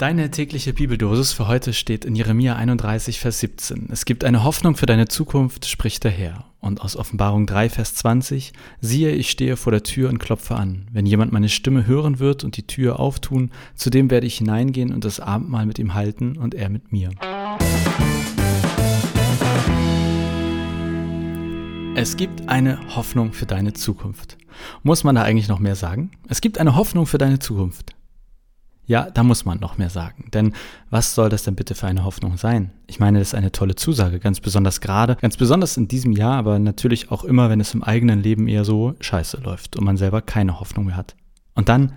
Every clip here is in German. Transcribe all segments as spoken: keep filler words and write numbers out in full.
Deine tägliche Bibeldosis für heute steht in Jeremia einunddreißig, Vers siebzehn. Es gibt eine Hoffnung für deine Zukunft, spricht der Herr. Und aus Offenbarung drei, Vers zwanzig. Siehe, ich stehe vor der Tür und klopfe an. Wenn jemand meine Stimme hören wird und die Tür auftun, zu dem werde ich hineingehen und das Abendmahl mit ihm halten und er mit mir. Es gibt eine Hoffnung für deine Zukunft. Muss man da eigentlich noch mehr sagen? Es gibt eine Hoffnung für deine Zukunft. Ja, da muss man noch mehr sagen, denn was soll das denn bitte für eine Hoffnung sein? Ich meine, das ist eine tolle Zusage, ganz besonders gerade, ganz besonders in diesem Jahr, aber natürlich auch immer, wenn es im eigenen Leben eher so scheiße läuft und man selber keine Hoffnung mehr hat. Und dann,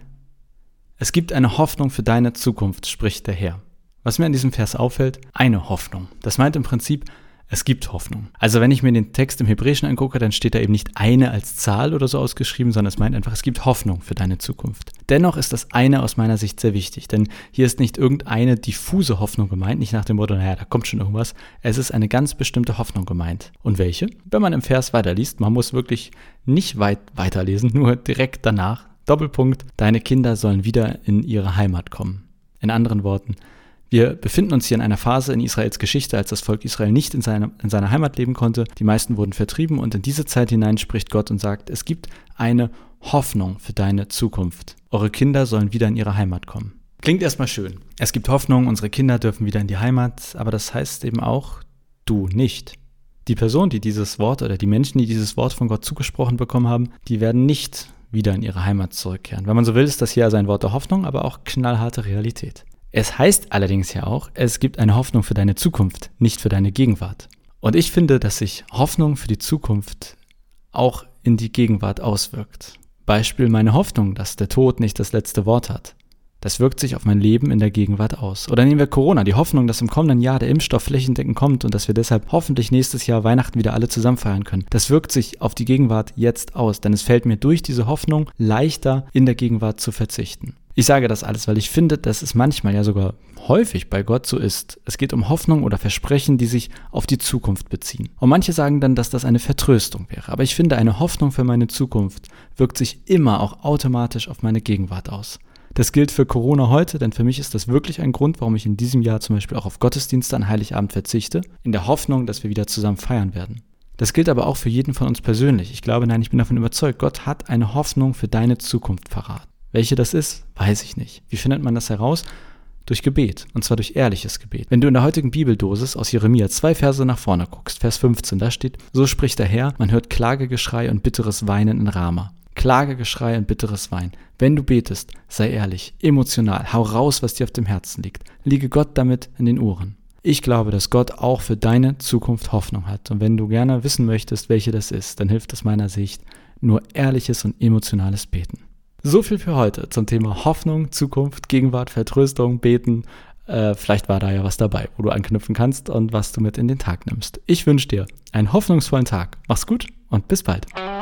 es gibt eine Hoffnung für deine Zukunft, spricht der Herr. Was mir an diesem Vers auffällt, eine Hoffnung. Das meint im Prinzip, es gibt Hoffnung. Also wenn ich mir den Text im Hebräischen angucke, dann steht da eben nicht eine als Zahl oder so ausgeschrieben, sondern es meint einfach, es gibt Hoffnung für deine Zukunft. Dennoch ist das eine aus meiner Sicht sehr wichtig, denn hier ist nicht irgendeine diffuse Hoffnung gemeint, nicht nach dem Motto, naja, da kommt schon irgendwas. Es ist eine ganz bestimmte Hoffnung gemeint. Und welche? Wenn man im Vers weiterliest, man muss wirklich nicht weit weiterlesen, nur direkt danach, Doppelpunkt, deine Kinder sollen wieder in ihre Heimat kommen. In anderen Worten, wir befinden uns hier in einer Phase in Israels Geschichte, als das Volk Israel nicht in seiner, in seiner Heimat leben konnte. Die meisten wurden vertrieben und in diese Zeit hinein spricht Gott und sagt, es gibt eine Hoffnung für deine Zukunft. Eure Kinder sollen wieder in ihre Heimat kommen. Klingt erstmal schön. Es gibt Hoffnung, unsere Kinder dürfen wieder in die Heimat, aber das heißt eben auch, du nicht. Die Person, die dieses Wort oder die Menschen, die dieses Wort von Gott zugesprochen bekommen haben, die werden nicht wieder in ihre Heimat zurückkehren. Wenn man so will, ist das hier also ein Wort der Hoffnung, aber auch knallharte Realität. Es heißt allerdings ja auch, es gibt eine Hoffnung für deine Zukunft, nicht für deine Gegenwart. Und ich finde, dass sich Hoffnung für die Zukunft auch in die Gegenwart auswirkt. Beispiel meine Hoffnung, dass der Tod nicht das letzte Wort hat. Das wirkt sich auf mein Leben in der Gegenwart aus. Oder nehmen wir Corona, die Hoffnung, dass im kommenden Jahr der Impfstoff flächendeckend kommt und dass wir deshalb hoffentlich nächstes Jahr Weihnachten wieder alle zusammen feiern können. Das wirkt sich auf die Gegenwart jetzt aus, denn es fällt mir durch diese Hoffnung leichter, in der Gegenwart zu verzichten. Ich sage das alles, weil ich finde, dass es manchmal, ja sogar häufig bei Gott so ist. Es geht um Hoffnung oder Versprechen, die sich auf die Zukunft beziehen. Und manche sagen dann, dass das eine Vertröstung wäre. Aber ich finde, eine Hoffnung für meine Zukunft wirkt sich immer auch automatisch auf meine Gegenwart aus. Das gilt für Corona heute, denn für mich ist das wirklich ein Grund, warum ich in diesem Jahr zum Beispiel auch auf Gottesdienste an Heiligabend verzichte, in der Hoffnung, dass wir wieder zusammen feiern werden. Das gilt aber auch für jeden von uns persönlich. Ich glaube, nein, ich bin davon überzeugt, Gott hat eine Hoffnung für deine Zukunft parat. Welche das ist, weiß ich nicht. Wie findet man das heraus? Durch Gebet, und zwar durch ehrliches Gebet. Wenn du in der heutigen Bibeldosis aus Jeremia zwei Verse nach vorne guckst, Vers fünfzehn, da steht, so spricht der Herr, man hört Klagegeschrei und bitteres Weinen in Rama. Klagegeschrei und bitteres Weinen. Wenn du betest, sei ehrlich, emotional, hau raus, was dir auf dem Herzen liegt. Liege Gott damit in den Ohren. Ich glaube, dass Gott auch für deine Zukunft Hoffnung hat. Und wenn du gerne wissen möchtest, welche das ist, dann hilft aus meiner Sicht nur ehrliches und emotionales Beten. So viel für heute zum Thema Hoffnung, Zukunft, Gegenwart, Vertröstung, Beten. Äh, vielleicht war da ja was dabei, wo du anknüpfen kannst und was du mit in den Tag nimmst. Ich wünsche dir einen hoffnungsvollen Tag. Mach's gut und bis bald.